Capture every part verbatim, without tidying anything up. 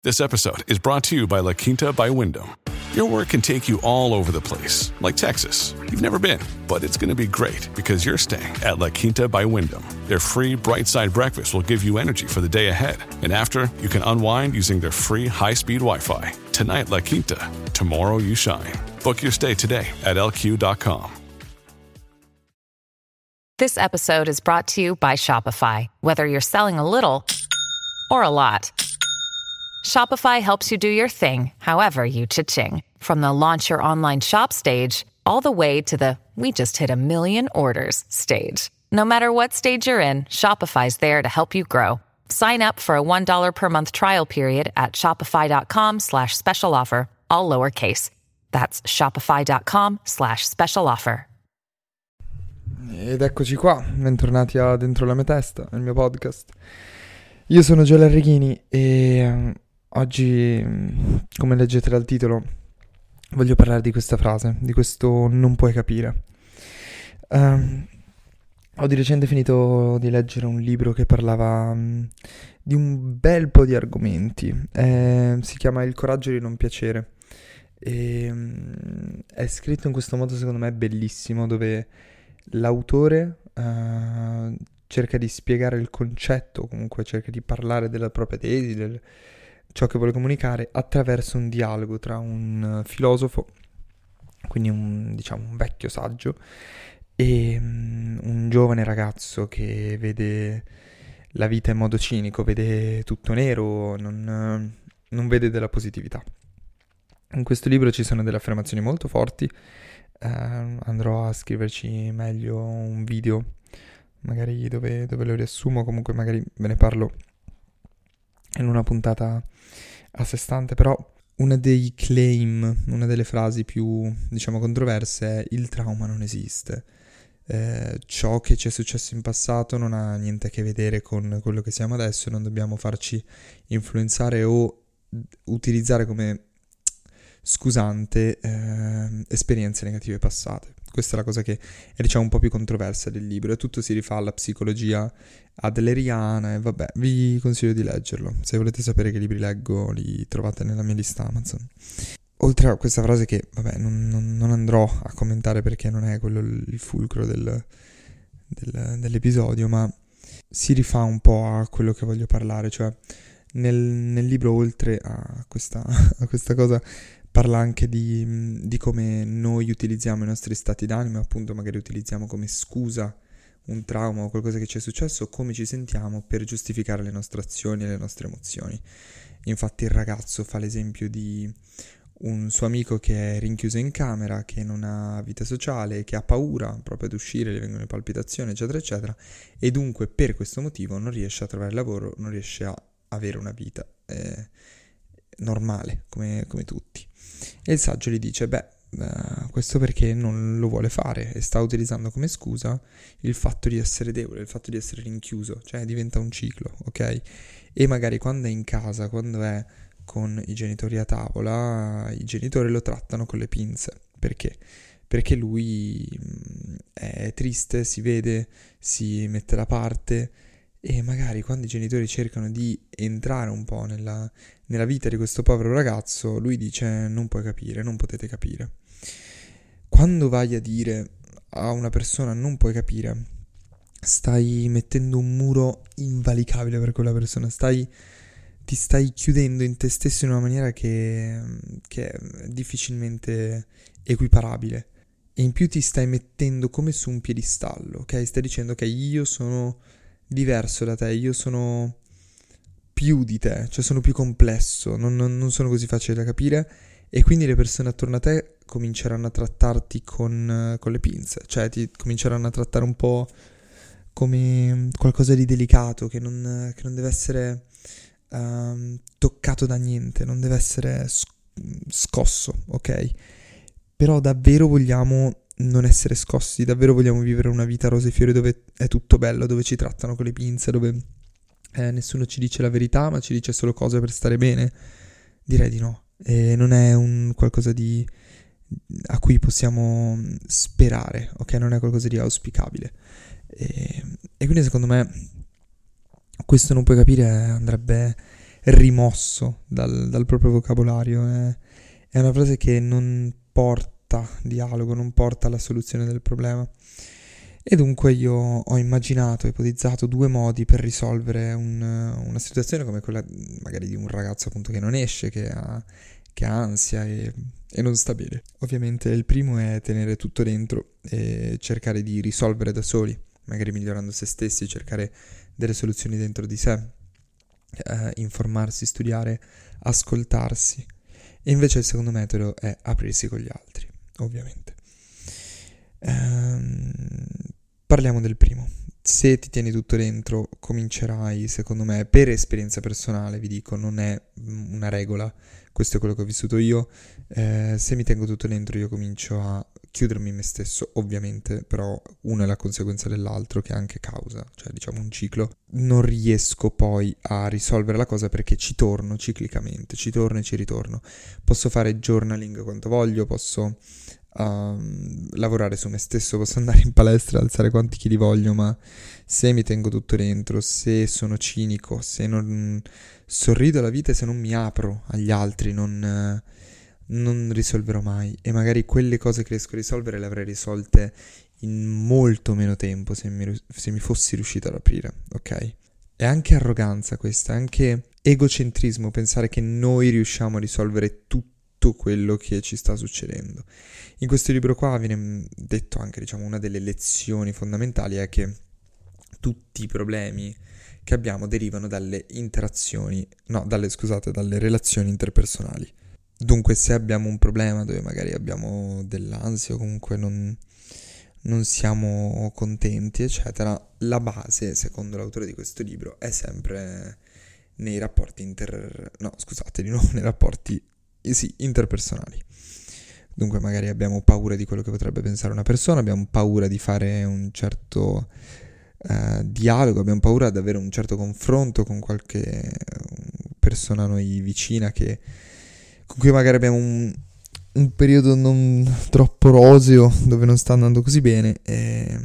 This episode is brought to you by La Quinta by Wyndham. Your work can take you all over the place, like Texas. You've never been, but it's going to be great because you're staying at La Quinta by Wyndham. Their free Bright Side breakfast will give you energy for the day ahead. And after, you can unwind using their free high-speed Wi-Fi. Tonight, La Quinta. Tomorrow, you shine. Book your stay today at L Q dot com. This episode is brought to you by Shopify. Whether you're selling a little or a lot, Shopify helps you do your thing, however you cha-ching. From the launch your online shop stage, all the way to the we just hit a million orders stage. No matter what stage you're in, Shopify's there to help you grow. Sign up for a one dollar per month trial period at shopify.com slash special offer, all lowercase. That's shopify.com slash special offer. Ed eccoci qua, bentornati a Dentro la mia testa, il mio podcast. Io sono Giulio Arreghini e oggi, come leggete dal titolo, voglio parlare di questa frase, di questo non puoi capire. Um, ho di recente finito di leggere un libro che parlava um, di un bel po' di argomenti. Eh, si chiama Il coraggio di non piacere. E, um, è scritto in questo modo, secondo me, bellissimo, dove l'autore uh, cerca di spiegare il concetto, comunque cerca di parlare della propria tesi, del ciò che vuole comunicare attraverso un dialogo tra un filosofo, quindi un, diciamo, un vecchio saggio, e um, un giovane ragazzo che vede la vita in modo cinico, vede tutto nero, non, non vede della positività. In questo libro ci sono delle affermazioni molto forti. Uh, andrò a scriverci meglio un video magari dove, dove lo riassumo, comunque magari ve ne parlo in una puntata a sé stante. Però una dei claim, una delle frasi più, diciamo, controverse è: il trauma non esiste, eh, ciò che ci è successo in passato non ha niente a che vedere con quello che siamo adesso, non dobbiamo farci influenzare o utilizzare come scusante eh, esperienze negative passate. Questa è la cosa che è, diciamo, un po' più controversa del libro, e tutto si rifà alla psicologia adleriana, e vabbè, vi consiglio di leggerlo. Se volete sapere che libri leggo, li trovate nella mia lista Amazon. Oltre a questa frase che, vabbè, non, non, non andrò a commentare perché non è quello il fulcro del, del, dell'episodio, ma si rifà un po' a quello che voglio parlare, cioè nel, nel libro, oltre a questa, a questa cosa, parla anche di, di come noi utilizziamo i nostri stati d'animo, appunto magari utilizziamo come scusa un trauma o qualcosa che ci è successo, come ci sentiamo per giustificare le nostre azioni e le nostre emozioni. Infatti il ragazzo fa l'esempio di un suo amico che è rinchiuso in camera, che non ha vita sociale, che ha paura proprio ad uscire, gli vengono le palpitazioni, eccetera, eccetera, e dunque per questo motivo non riesce a trovare lavoro, non riesce a avere una vita eh, normale come, come tutti. E il saggio gli dice: beh, uh, questo perché non lo vuole fare e sta utilizzando come scusa il fatto di essere debole, il fatto di essere rinchiuso, cioè diventa un ciclo, ok? E magari quando è in casa, quando è con i genitori a tavola, i genitori lo trattano con le pinze. Perché? Perché lui mh, è triste, si vede, si mette da parte, e magari quando i genitori cercano di entrare un po' nella, nella vita di questo povero ragazzo, lui dice: non puoi capire, non potete capire. Quando vai a dire a una persona non puoi capire, stai mettendo un muro invalicabile per quella persona, stai, ti stai chiudendo in te stesso in una maniera che, che è difficilmente equiparabile. E in più ti stai mettendo come su un piedistallo, ok? Stai dicendo che io sono diverso da te, io sono più di te, cioè sono più complesso, non, non, non sono così facile da capire, e quindi le persone attorno a te cominceranno a trattarti con, con le pinze, cioè ti cominceranno a trattare un po' come qualcosa di delicato che non, che non deve essere um, toccato da niente, non deve essere sc- scosso, ok? Però davvero vogliamo non essere scossi, davvero vogliamo vivere una vita rose e fiori dove è tutto bello, dove ci trattano con le pinze, dove eh, nessuno ci dice la verità ma ci dice solo cose per stare bene? Direi di no. E non è un qualcosa di a cui possiamo sperare, ok? Non è qualcosa di auspicabile. E, e quindi secondo me questo non puoi capire andrebbe rimosso dal, dal proprio vocabolario. È, è una frase che non porta dialogo, non porta alla soluzione del problema. E dunque io ho immaginato, ipotizzato due modi per risolvere un, una situazione come quella magari di un ragazzo appunto che non esce, che ha, che ha ansia e, e non sta bene. Ovviamente il primo è tenere tutto dentro e cercare di risolvere da soli, magari migliorando se stessi, cercare delle soluzioni dentro di sé, eh, informarsi, studiare, ascoltarsi. E invece il secondo metodo è aprirsi con gli altri, ovviamente. Ehm, parliamo del primo. Se ti tieni tutto dentro, comincerai, secondo me, per esperienza personale, vi dico, non è una regola, questo è quello che ho vissuto io, eh, se mi tengo tutto dentro io comincio a chiudermi in me stesso, ovviamente, però uno è la conseguenza dell'altro, che è anche causa, cioè diciamo un ciclo. Non riesco poi a risolvere la cosa perché ci torno ciclicamente, ci torno e ci ritorno. Posso fare journaling quanto voglio, posso uh, lavorare su me stesso, posso andare in palestra, alzare quanti chili voglio, ma se mi tengo tutto dentro, se sono cinico, se non sorrido alla vita e se non mi apro agli altri, non... Uh, non risolverò mai, e magari quelle cose che riesco a risolvere le avrei risolte in molto meno tempo se mi, se mi fossi riuscito ad aprire, ok? È anche arroganza questa, è anche egocentrismo pensare che noi riusciamo a risolvere tutto quello che ci sta succedendo. In questo libro qua viene detto anche, diciamo, una delle lezioni fondamentali è che tutti i problemi che abbiamo derivano dalle interazioni, no, dalle, scusate, dalle relazioni interpersonali. Dunque se abbiamo un problema dove magari abbiamo dell'ansia o comunque non, non siamo contenti, eccetera, la base, secondo l'autore di questo libro, è sempre nei rapporti inter... no, scusate, di nuovo, nei rapporti, eh sì, interpersonali. Dunque magari abbiamo paura di quello che potrebbe pensare una persona, abbiamo paura di fare un certo eh, dialogo, abbiamo paura di avere un certo confronto con qualche persona a noi vicina che... con cui magari abbiamo un, un periodo non troppo roseo, dove non sta andando così bene, e,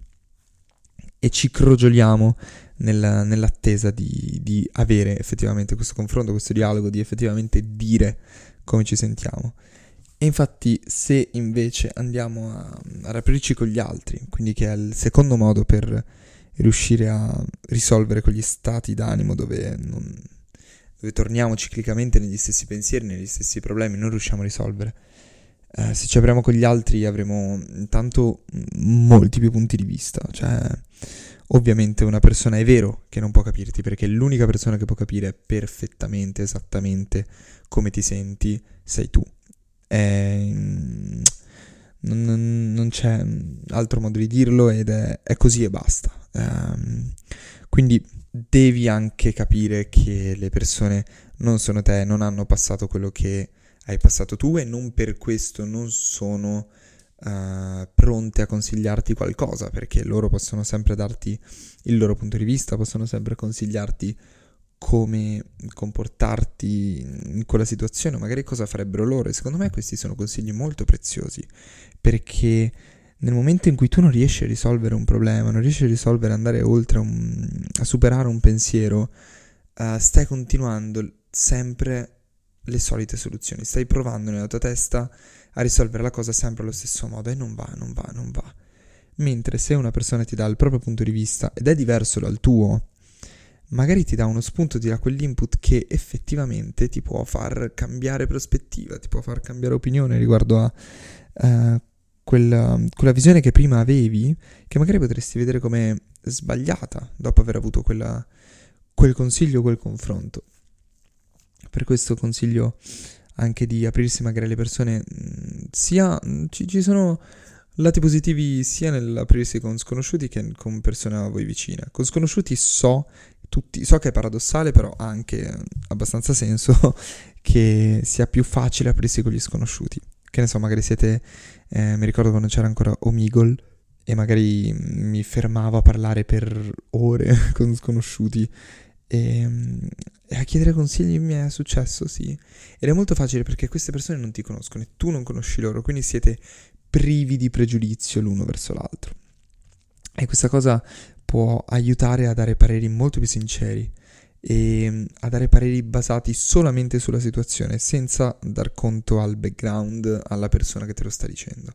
e ci crogioliamo nella, nell'attesa di, di avere effettivamente questo confronto, questo dialogo, di effettivamente dire come ci sentiamo. E infatti se invece andiamo a, a aprirci con gli altri, quindi che è il secondo modo per riuscire a risolvere quegli stati d'animo dove non... dove torniamo ciclicamente negli stessi pensieri, negli stessi problemi, non riusciamo a risolvere. Eh, se ci apriamo con gli altri avremo intanto molti più punti di vista, cioè ovviamente una persona è vero che non può capirti, perché l'unica persona che può capire perfettamente, esattamente come ti senti, sei tu. Eh, non, non c'è altro modo di dirlo ed è, è così e basta. Eh, quindi devi anche capire che le persone non sono te, non hanno passato quello che hai passato tu e non per questo non sono uh, pronte a consigliarti qualcosa, perché loro possono sempre darti il loro punto di vista, possono sempre consigliarti come comportarti in quella situazione, magari cosa farebbero loro, e secondo me questi sono consigli molto preziosi, perché nel momento in cui tu non riesci a risolvere un problema, non riesci a risolvere, andare oltre, un, a superare un pensiero, uh, stai continuando sempre le solite soluzioni, stai provando nella tua testa a risolvere la cosa sempre allo stesso modo e non va, non va, non va. Mentre se una persona ti dà il proprio punto di vista ed è diverso dal tuo, magari ti dà uno spunto, ti dà quell'input che effettivamente ti può far cambiare prospettiva, ti può far cambiare opinione riguardo a uh, quella, quella visione che prima avevi, che magari potresti vedere come sbagliata dopo aver avuto quella, quel consiglio, quel confronto. Per questo consiglio anche di aprirsi magari alle persone, sia ci, ci sono lati positivi sia nell'aprirsi con sconosciuti che con persone a voi vicine. Con sconosciuti so tutti, so che è paradossale, però ha anche abbastanza senso che sia più facile aprirsi con gli sconosciuti. Che ne so, magari siete, eh, mi ricordo quando c'era ancora Omegle e magari mi fermavo a parlare per ore con sconosciuti e, e a chiedere consigli mi è successo, sì. Ed è molto facile perché queste persone non ti conoscono e tu non conosci loro, quindi siete privi di pregiudizio l'uno verso l'altro. E questa cosa può aiutare a dare pareri molto più sinceri e a dare pareri basati solamente sulla situazione, senza dar conto al background, alla persona che te lo sta dicendo.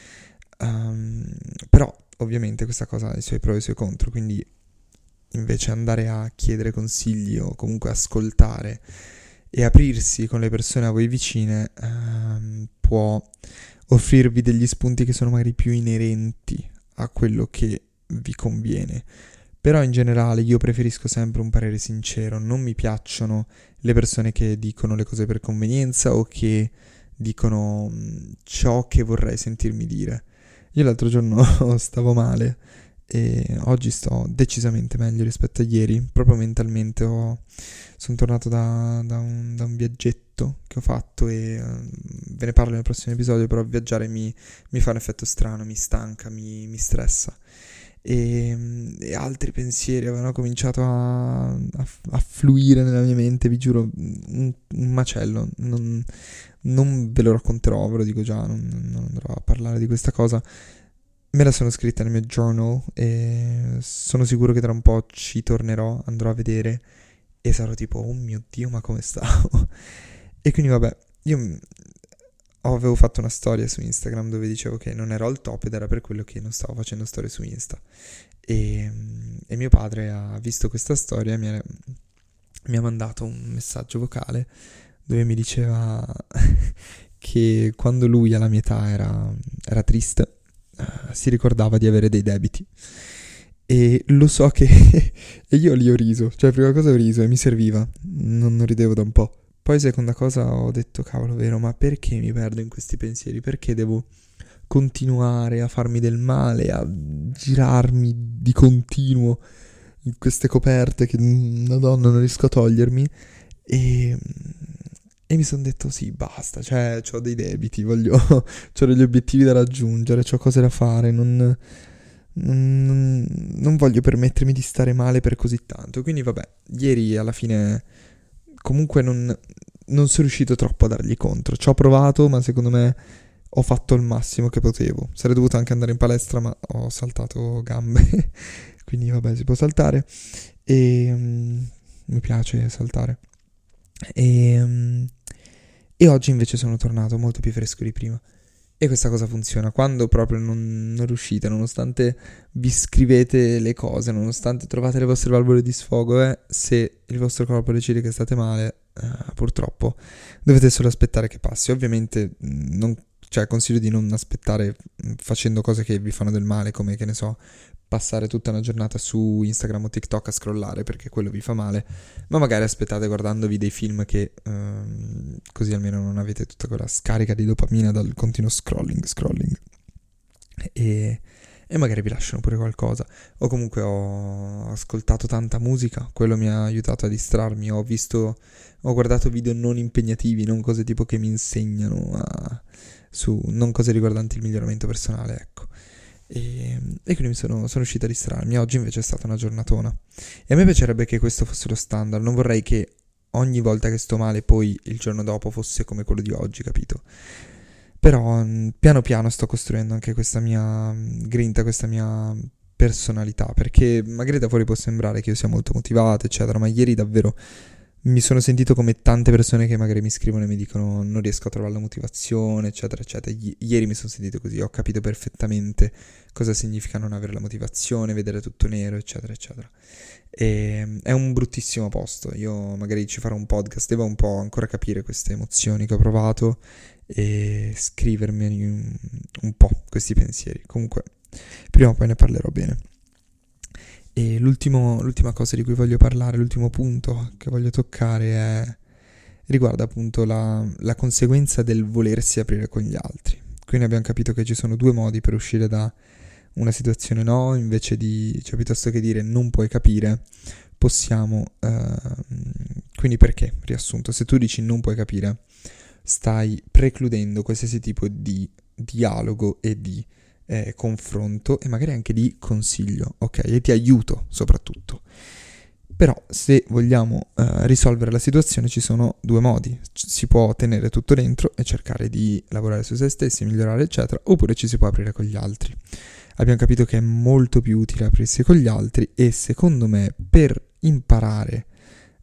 Um, però ovviamente questa cosa ha i suoi pro e i suoi contro, quindi invece andare a chiedere consigli o comunque ascoltare e aprirsi con le persone a voi vicine um, può offrirvi degli spunti che sono magari più inerenti a quello che vi conviene. Però in generale io preferisco sempre un parere sincero, non mi piacciono le persone che dicono le cose per convenienza o che dicono ciò che vorrei sentirmi dire. Io l'altro giorno stavo male e oggi sto decisamente meglio rispetto a ieri, proprio mentalmente ho... sono tornato da, da, un, da un viaggetto che ho fatto e uh, ve ne parlo nel prossimo episodio, però viaggiare mi, mi fa un effetto strano, mi stanca, mi, mi stressa. E, e altri pensieri avevano cominciato a, a, a fluire nella mia mente, vi giuro, un, un macello, non, non ve lo racconterò, ve lo dico già, non, non andrò a parlare di questa cosa. Me la sono scritta nel mio journal e sono sicuro che tra un po' ci tornerò, andrò a vedere e sarò tipo, oh mio Dio, ma come stavo? E quindi vabbè, io avevo fatto una storia su Instagram dove dicevo che non ero al top ed era per quello che non stavo facendo storie su Insta. E, e mio padre ha visto questa storia e mi ha, mi ha mandato un messaggio vocale dove mi diceva che quando lui alla mia età era, era triste, uh, si ricordava di avere dei debiti. E lo so che... e io lì ho riso, cioè prima cosa ho riso e mi serviva, non, non ridevo da un po'. Poi seconda cosa ho detto, cavolo, vero, ma perché mi perdo in questi pensieri? Perché devo continuare a farmi del male, a girarmi di continuo in queste coperte che, madonna, non riesco a togliermi? E, e mi sono detto, sì, basta, cioè, ho dei debiti, voglio, ho degli obiettivi da raggiungere, ho cose da fare, non, non, non voglio permettermi di stare male per così tanto. Quindi vabbè, ieri alla fine... comunque non, non sono riuscito troppo a dargli contro. Ci ho provato, ma secondo me ho fatto il massimo che potevo. Sarei dovuto anche andare in palestra, ma ho saltato gambe. Quindi vabbè, si può saltare. E um, mi piace saltare. E, um, e oggi invece sono tornato molto più fresco di prima. E questa cosa funziona quando proprio non, non riuscite, nonostante vi scrivete le cose, nonostante trovate le vostre valvole di sfogo, eh, se il vostro corpo decide che state male, eh, purtroppo dovete solo aspettare che passi. Ovviamente non, cioè, consiglio di non aspettare facendo cose che vi fanno del male, come, che ne so, passare tutta una giornata su Instagram o TikTok a scrollare, perché quello vi fa male, ma magari aspettate guardandovi dei film che ehm, così almeno non avete tutta quella scarica di dopamina dal continuo scrolling, scrolling e, e magari vi lasciano pure qualcosa. O comunque ho ascoltato tanta musica, quello mi ha aiutato a distrarmi, ho visto, ho guardato video non impegnativi, non cose tipo che mi insegnano a, su, non cose riguardanti il miglioramento personale, ecco. E, e quindi mi sono, sono riuscito a distrarmi. Oggi invece è stata una giornatona e a me piacerebbe che questo fosse lo standard. Non vorrei che ogni volta che sto male poi il giorno dopo fosse come quello di oggi, capito? Però piano piano sto costruendo anche questa mia grinta, questa mia personalità, perché magari da fuori può sembrare che io sia molto motivato eccetera, ma ieri davvero mi sono sentito come tante persone che magari mi scrivono e mi dicono non riesco a trovare la motivazione, eccetera, eccetera. I- ieri mi sono sentito così, ho capito perfettamente cosa significa non avere la motivazione, vedere tutto nero, eccetera, eccetera. E è un bruttissimo posto. Io magari ci farò un podcast, devo un po' ancora capire queste emozioni che ho provato e scrivermi un, un po' questi pensieri. Comunque, prima o poi ne parlerò bene. E l'ultimo, l'ultima cosa di cui voglio parlare, l'ultimo punto che voglio toccare è riguarda appunto la, la conseguenza del volersi aprire con gli altri. Quindi abbiamo capito che ci sono due modi per uscire da una situazione no, invece di, cioè piuttosto che dire non puoi capire, possiamo, eh, quindi perché, riassunto, se tu dici non puoi capire, stai precludendo qualsiasi tipo di dialogo e di Eh, confronto e magari anche di consiglio, ok? E ti aiuto soprattutto. Però se vogliamo eh, risolvere la situazione ci sono due modi: C- si può tenere tutto dentro e cercare di lavorare su se stessi, migliorare eccetera, oppure ci si può aprire con gli altri. Abbiamo capito che è molto più utile aprirsi con gli altri e secondo me per imparare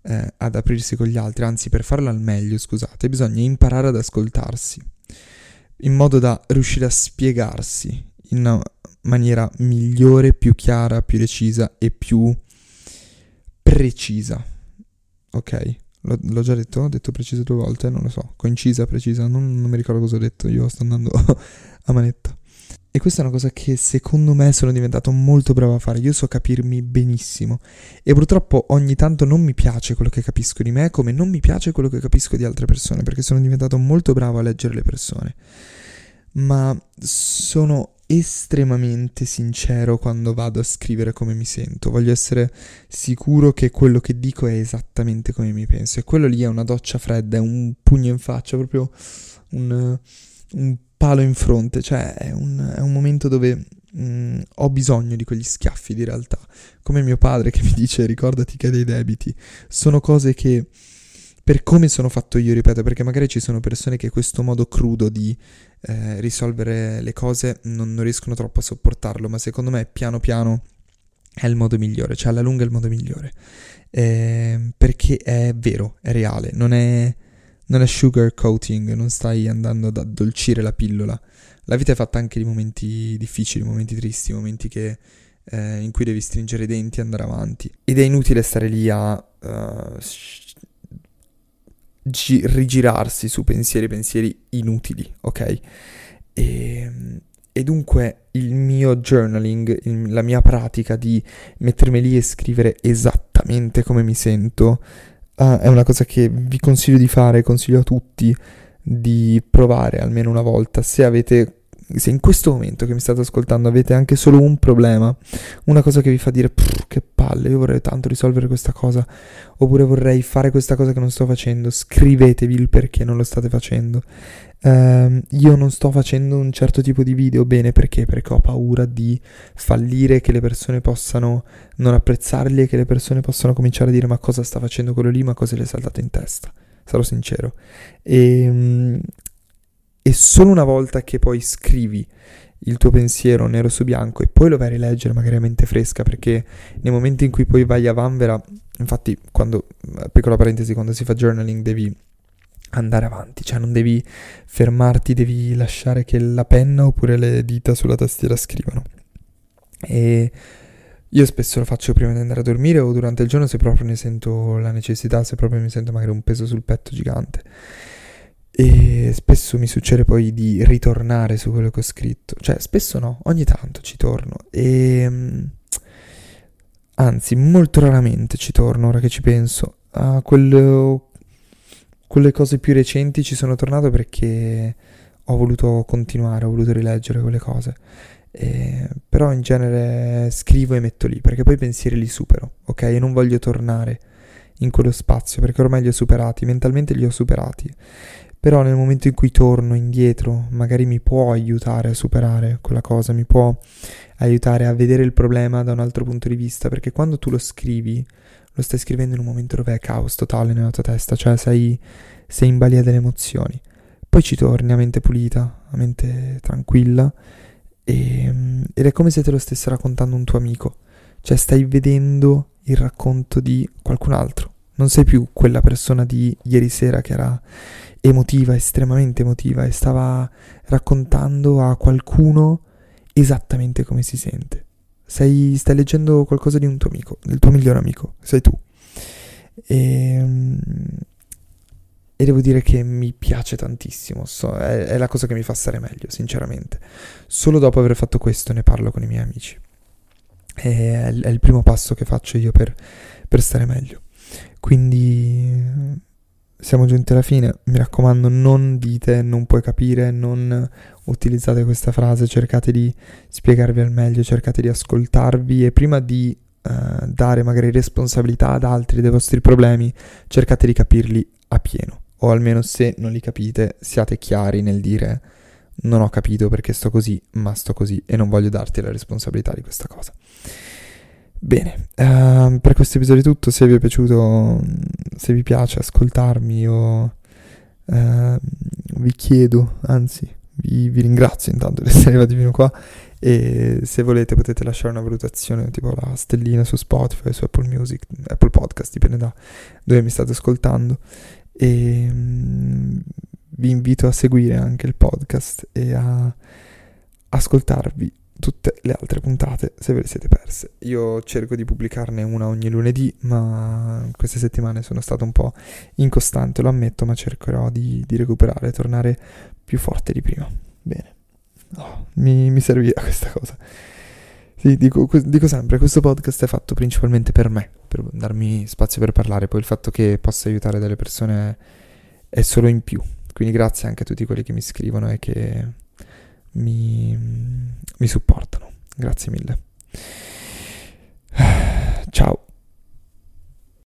eh, ad aprirsi con gli altri, anzi per farlo al meglio, scusate, bisogna imparare ad ascoltarsi, in modo da riuscire a spiegarsi in una maniera migliore, più chiara, più recisa e più precisa. Ok? L'ho, l'ho già detto? Ho detto precisa due volte? Non lo so. Concisa, precisa, non, non mi ricordo cosa ho detto, io sto andando a manetta. E questa è una cosa che secondo me sono diventato molto bravo a fare. Io so capirmi benissimo e purtroppo ogni tanto non mi piace quello che capisco di me, come non mi piace quello che capisco di altre persone, perché sono diventato molto bravo a leggere le persone. Ma sono estremamente sincero quando vado a scrivere come mi sento. Voglio essere sicuro che quello che dico è esattamente come mi penso, e quello lì è una doccia fredda, è un pugno in faccia, proprio un, un palo in fronte. Cioè è un, è un momento dove mh, ho bisogno di quegli schiaffi di realtà, come mio padre che mi dice ricordati che hai dei debiti. Sono cose che, per come sono fatto io, ripeto, perché magari ci sono persone che questo modo crudo di eh, risolvere le cose non, non riescono troppo a sopportarlo, ma secondo me piano piano è il modo migliore, cioè alla lunga è il modo migliore, eh, perché è vero, è reale, non è, non è sugar coating, non stai andando ad addolcire la pillola. La vita è fatta anche di momenti difficili, momenti tristi, momenti che, eh, in cui devi stringere i denti e andare avanti, ed è inutile stare lì a uh, Gi- rigirarsi su pensieri pensieri inutili, ok? E, e dunque il mio journaling, il, la mia pratica di mettermi lì e scrivere esattamente come mi sento, uh, è una cosa che vi consiglio di fare, consiglio a tutti di provare almeno una volta. Se avete, se in questo momento che mi state ascoltando avete anche solo un problema, una cosa che vi fa dire che palle, io vorrei tanto risolvere questa cosa, oppure vorrei fare questa cosa che non sto facendo, scrivetevi il perché non lo state facendo. Uh, io non sto facendo un certo tipo di video, bene, perché? Perché ho paura di fallire, che le persone possano non apprezzarli e che le persone possano cominciare a dire ma cosa sta facendo quello lì, ma cosa le è saltato in testa, sarò sincero. E... Um, E solo una volta che poi scrivi il tuo pensiero nero su bianco e poi lo vai a rileggere magari a mente fresca, perché nei momenti in cui poi vai a vanvera, infatti quando, piccola parentesi, quando si fa journaling devi andare avanti, cioè non devi fermarti, devi lasciare che la penna oppure le dita sulla tastiera scrivano. E io spesso lo faccio prima di andare a dormire o durante il giorno, se proprio ne sento la necessità, se proprio mi sento magari un peso sul petto gigante. E spesso mi succede poi di ritornare su quello che ho scritto, cioè spesso no, ogni tanto ci torno, e anzi molto raramente ci torno, ora che ci penso. A quello, quelle cose più recenti ci sono tornato perché ho voluto continuare, ho voluto rileggere quelle cose, e, però in genere scrivo e metto lì, perché poi i pensieri li supero, ok? E non voglio tornare in quello spazio, perché ormai li ho superati, mentalmente li ho superati. Però nel momento in cui torno indietro, magari mi può aiutare a superare quella cosa, mi può aiutare a vedere il problema da un altro punto di vista, perché quando tu lo scrivi, lo stai scrivendo in un momento dove è caos totale nella tua testa, cioè sei, sei in balia delle emozioni. Poi ci torni a mente pulita, a mente tranquilla, e, ed è come se te lo stesse raccontando un tuo amico, cioè stai vedendo il racconto di qualcun altro. Non sei più quella persona di ieri sera che era emotiva, estremamente emotiva, e stava raccontando a qualcuno esattamente come si sente. Sei, stai leggendo qualcosa di un tuo amico, del tuo migliore amico, sei tu. E, e devo dire che mi piace tantissimo, so, è, è la cosa che mi fa stare meglio, sinceramente. Solo dopo aver fatto questo ne parlo con i miei amici. È, è il primo passo che faccio io per, per stare meglio. Quindi siamo giunti alla fine, mi raccomando, non dite non puoi capire, non utilizzate questa frase, cercate di spiegarvi al meglio, cercate di ascoltarvi, e prima di uh, dare magari responsabilità ad altri dei vostri problemi, cercate di capirli a pieno, o almeno se non li capite siate chiari nel dire non ho capito perché sto così, ma sto così e non voglio darti la responsabilità di questa cosa. Bene, uh, per questo episodio è tutto. Se vi è piaciuto, se vi piace ascoltarmi, io uh, vi chiedo, anzi vi, vi ringrazio intanto di essere arrivati fino qua, E se volete potete lasciare una valutazione tipo la stellina su Spotify, su Apple Music, Apple Podcast, dipende da dove mi state ascoltando. E um, vi invito a seguire anche il podcast e a ascoltarvi tutte le altre puntate se ve le siete perse. Io cerco di pubblicarne una ogni lunedì, ma queste settimane sono stato un po' incostante, lo ammetto, ma cercherò di, di recuperare e tornare più forte di prima. Bene, oh, mi, mi serviva questa cosa. Sì, dico, dico sempre, questo podcast è fatto principalmente per me, per darmi spazio per parlare, poi il fatto che possa aiutare delle persone è solo in più. Quindi grazie anche a tutti quelli che mi scrivono e che mi, mi supportano. Grazie mille. Ciao.